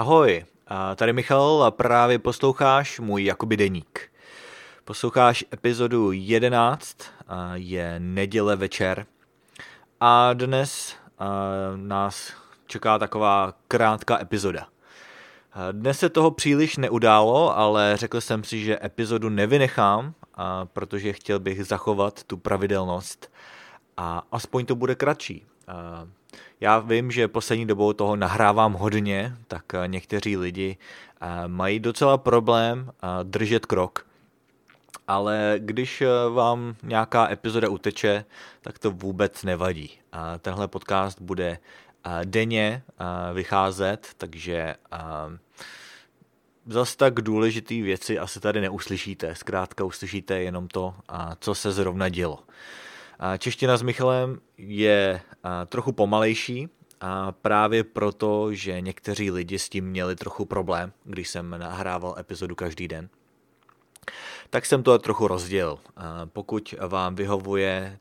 Ahoj, tady Michal a právě posloucháš můj jakoby deník. Posloucháš epizodu 11, je neděle večer a dnes nás čeká taková krátká epizoda. Dnes se toho příliš neudálo, ale řekl jsem si, že epizodu nevynechám, protože chtěl bych zachovat tu pravidelnost a aspoň to bude kratší. Já vím, že poslední dobou toho nahrávám hodně, tak někteří lidi mají docela problém držet krok. Ale když vám nějaká epizoda uteče, tak to vůbec nevadí. Tenhle podcast bude denně vycházet, takže zas tak důležitý věci asi tady neuslyšíte. Zkrátka uslyšíte jenom to, co se zrovna dělo. Čeština s Michalem je trochu pomalejší, právě proto, že někteří lidi s tím měli trochu problém, když jsem nahrával epizodu každý den. Tak jsem to trochu rozdělil. Pokud vám vyhovuje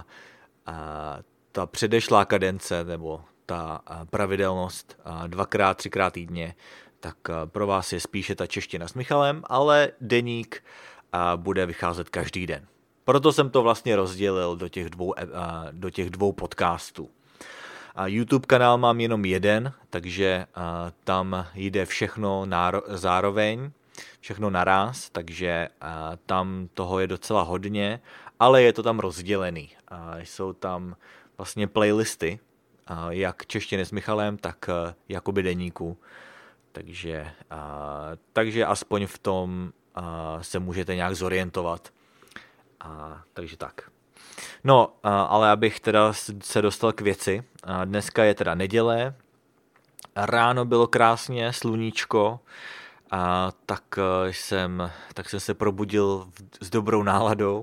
ta předešlá kadence nebo ta pravidelnost 2x, 3x týdně, tak pro vás je spíše ta čeština s Michalem, ale deník bude vycházet každý den. Proto jsem to vlastně rozdělil do těch dvou podcastů. YouTube kanál mám jenom jeden, takže tam jde všechno zároveň, všechno naraz, takže tam toho je docela hodně, ale je to tam rozdělený. Jsou tam vlastně playlisty, jak češtiny s Michalem, tak jakoby deníku. Takže aspoň v tom se můžete nějak zorientovat. Takže tak. No, ale abych teda se dostal k věci. Dneska je teda neděle, ráno bylo krásně, sluníčko, tak jsem se probudil s dobrou náladou.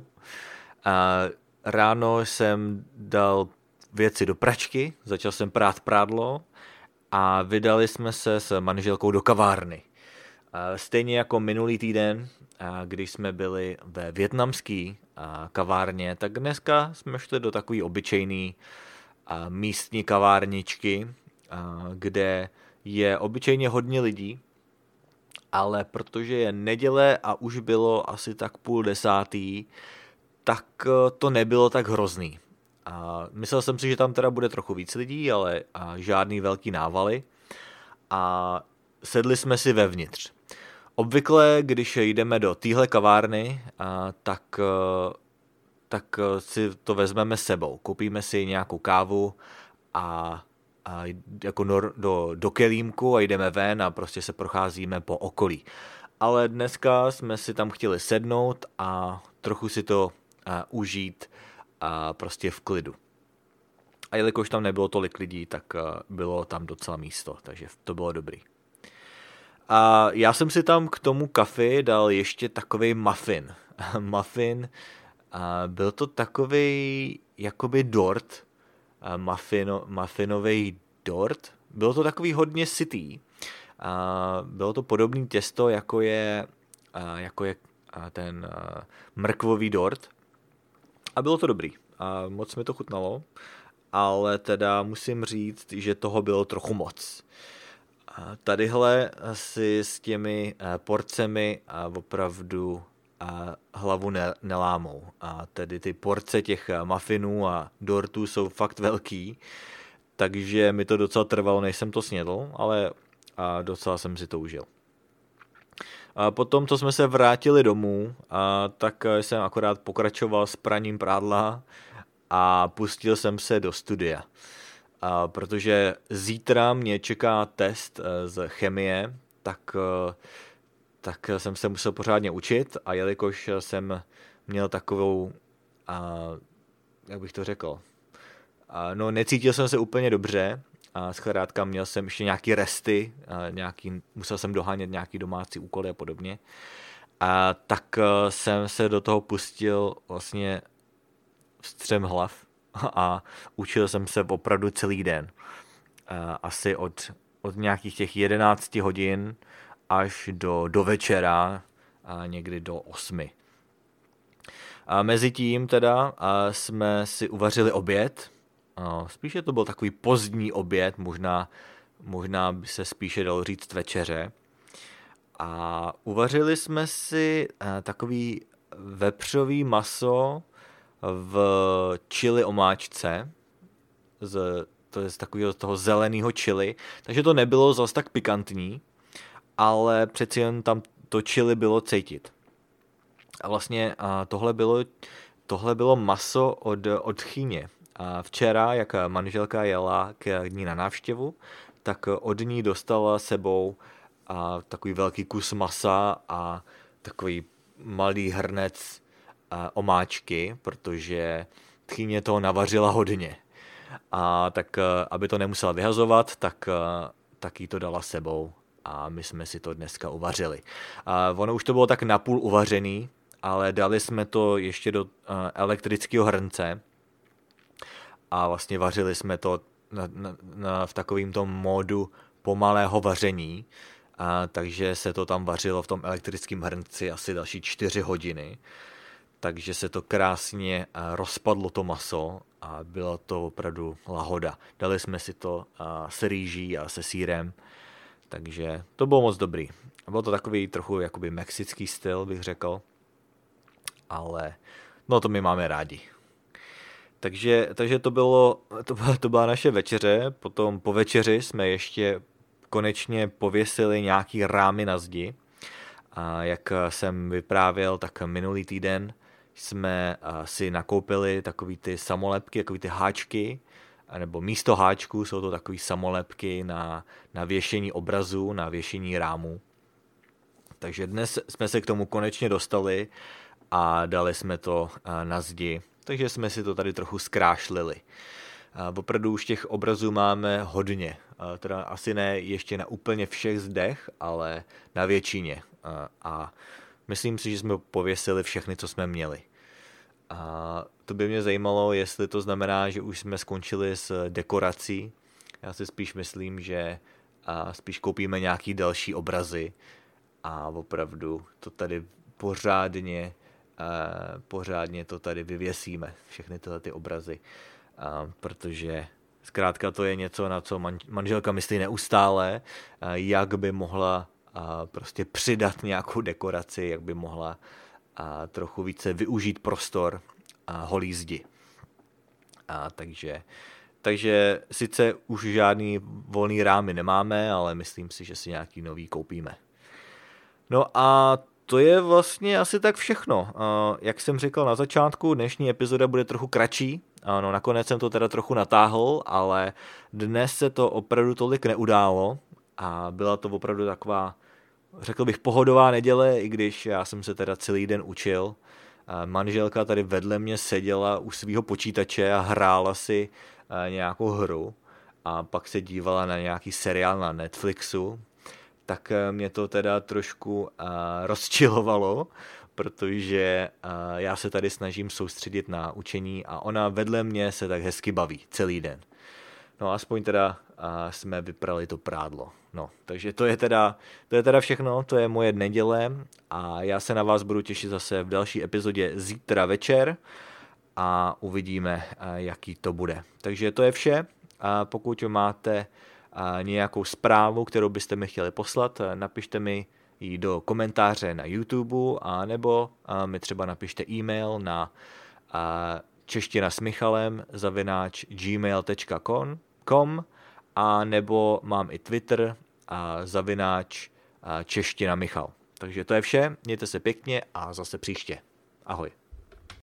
Ráno jsem dal věci do pračky, začal jsem prát prádlo a vydali jsme se s manželkou do kavárny. Stejně jako minulý týden, když jsme byli ve vietnamské kavárně, tak dneska jsme šli do takové obyčejné místní kavárničky, kde je obyčejně hodně lidí, ale protože je neděle a už bylo asi tak 9:30, tak to nebylo tak hrozný. Myslel jsem si, že tam teda bude trochu víc lidí, ale žádný velký návaly a sedli jsme si vevnitř. Obvykle, když jdeme do téhle kavárny, tak si to vezmeme s sebou. Koupíme si nějakou kávu a jako do kelímku a jdeme ven a prostě se procházíme po okolí. Ale dneska jsme si tam chtěli sednout a trochu si to užít prostě v klidu. A jelikož tam nebylo tolik lidí, tak bylo tam docela místo, takže to bylo dobrý. A já jsem si tam k tomu kafi dal ještě takovej muffin. Byl to takovej jakoby dort, muffinový dort. Bylo to takový hodně sytý. Bylo to podobný těsto, jako je ten mrkvový dort. A bylo to dobrý. Moc mi to chutnalo, ale teda musím říct, že toho bylo trochu moc. Tadyhle si s těmi porcemi opravdu hlavu nelámou. Tedy ty porce těch muffinů a dortů jsou fakt velký, takže mi to docela trvalo, než jsem to snědl, ale docela jsem si to užil. Potom, co jsme se vrátili domů, tak jsem akorát pokračoval s praním prádla a pustil jsem se do studia. Protože zítra mě čeká test z chemie, tak jsem se musel pořádně učit a jelikož jsem měl takovou, jak bych to řekl, necítil jsem se úplně dobře a zkrátka měl jsem ještě nějaký resty, musel jsem dohánět nějaký domácí úkoly a podobně, tak jsem se do toho pustil vlastně střem hlav a učil jsem se opravdu celý den. Asi od nějakých těch 11 hodin až do večera a někdy do 8. A mezi tím teda jsme si uvařili oběd. Spíše to byl takový pozdní oběd, možná možná by se spíše dalo říct večeře. A uvařili jsme si takový vepřový maso v chili omáčce, to je z takového toho zeleného chili, takže to nebylo zas tak pikantní, ale přeci jen tam to chili bylo cítit. A vlastně tohle bylo maso od tchýně. A včera, jak manželka jela k ní na návštěvu, tak od ní dostala sebou takový velký kus masa a takový malý hrnec omáčky, protože tchýně toho navařila hodně. A tak, aby to nemusela vyhazovat, tak jí to dala sebou a my jsme si to dneska uvařili. Ono už to bylo tak napůl uvařený, ale dali jsme to ještě do elektrického hrnce a vlastně vařili jsme to v takovém tom módu pomalého vaření, takže se to tam vařilo v tom elektrickém hrnci asi další 4 hodiny. Takže se to krásně rozpadlo to maso a byla to opravdu lahoda. Dali jsme si to s rýží a se sýrem, takže to bylo moc dobrý. Bylo to takový trochu jakoby mexický styl, bych řekl, ale no to my máme rádi. Takže to byla naše večeře, potom po večeři jsme ještě konečně pověsili nějaký rámy na zdi. A jak jsem vyprávěl, tak minulý týden jsme si nakoupili takový ty samolepky, takový ty háčky, nebo místo háčků jsou to takový samolepky na věšení obrazů, na věšení rámů. Takže dnes jsme se k tomu konečně dostali a dali jsme to na zdi, takže jsme si to tady trochu zkrášlili. Opravdu už těch obrazů máme hodně, teda asi ne ještě na úplně všech zdech, ale na většině. A myslím si, že jsme pověsili všechny, co jsme měli. A to by mě zajímalo, jestli to znamená, že už jsme skončili s dekorací. Já si spíš myslím, že spíš koupíme nějaký další obrazy a opravdu to tady pořádně to tady vyvěsíme, všechny tyhle ty obrazy. Protože zkrátka to je něco, na co manželka myslí neustále, jak by mohla prostě přidat nějakou dekoraci, jak by mohla trochu více využít prostor holí zdi. Takže sice už žádný volný rámy nemáme, ale myslím si, že si nějaký nový koupíme. No a to je vlastně asi tak všechno. Jak jsem říkal na začátku, dnešní epizoda bude trochu kratší. No, nakonec jsem to teda trochu natáhl, ale dnes se to opravdu tolik neudálo a byla to opravdu taková, řekl bych, pohodová neděle, i když já jsem se teda celý den učil. Manželka tady vedle mě seděla u svého počítače a hrála si nějakou hru a pak se dívala na nějaký seriál na Netflixu. Tak mě to teda trošku rozčilovalo, protože já se tady snažím soustředit na učení a ona vedle mě se tak hezky baví celý den. No aspoň teda jsme vyprali to prádlo. No, takže to je teda všechno, to je moje neděle a já se na vás budu těšit zase v další epizodě zítra večer a uvidíme, jaký to bude. Takže to je vše. Pokud máte nějakou zprávu, kterou byste mi chtěli poslat, napište mi ji do komentáře na YouTube a nebo mi třeba napište e-mail na češtinasmichalem@gmail.com a nebo mám i Twitter @češtinamichal. Takže to je vše, mějte se pěkně a zase příště. Ahoj.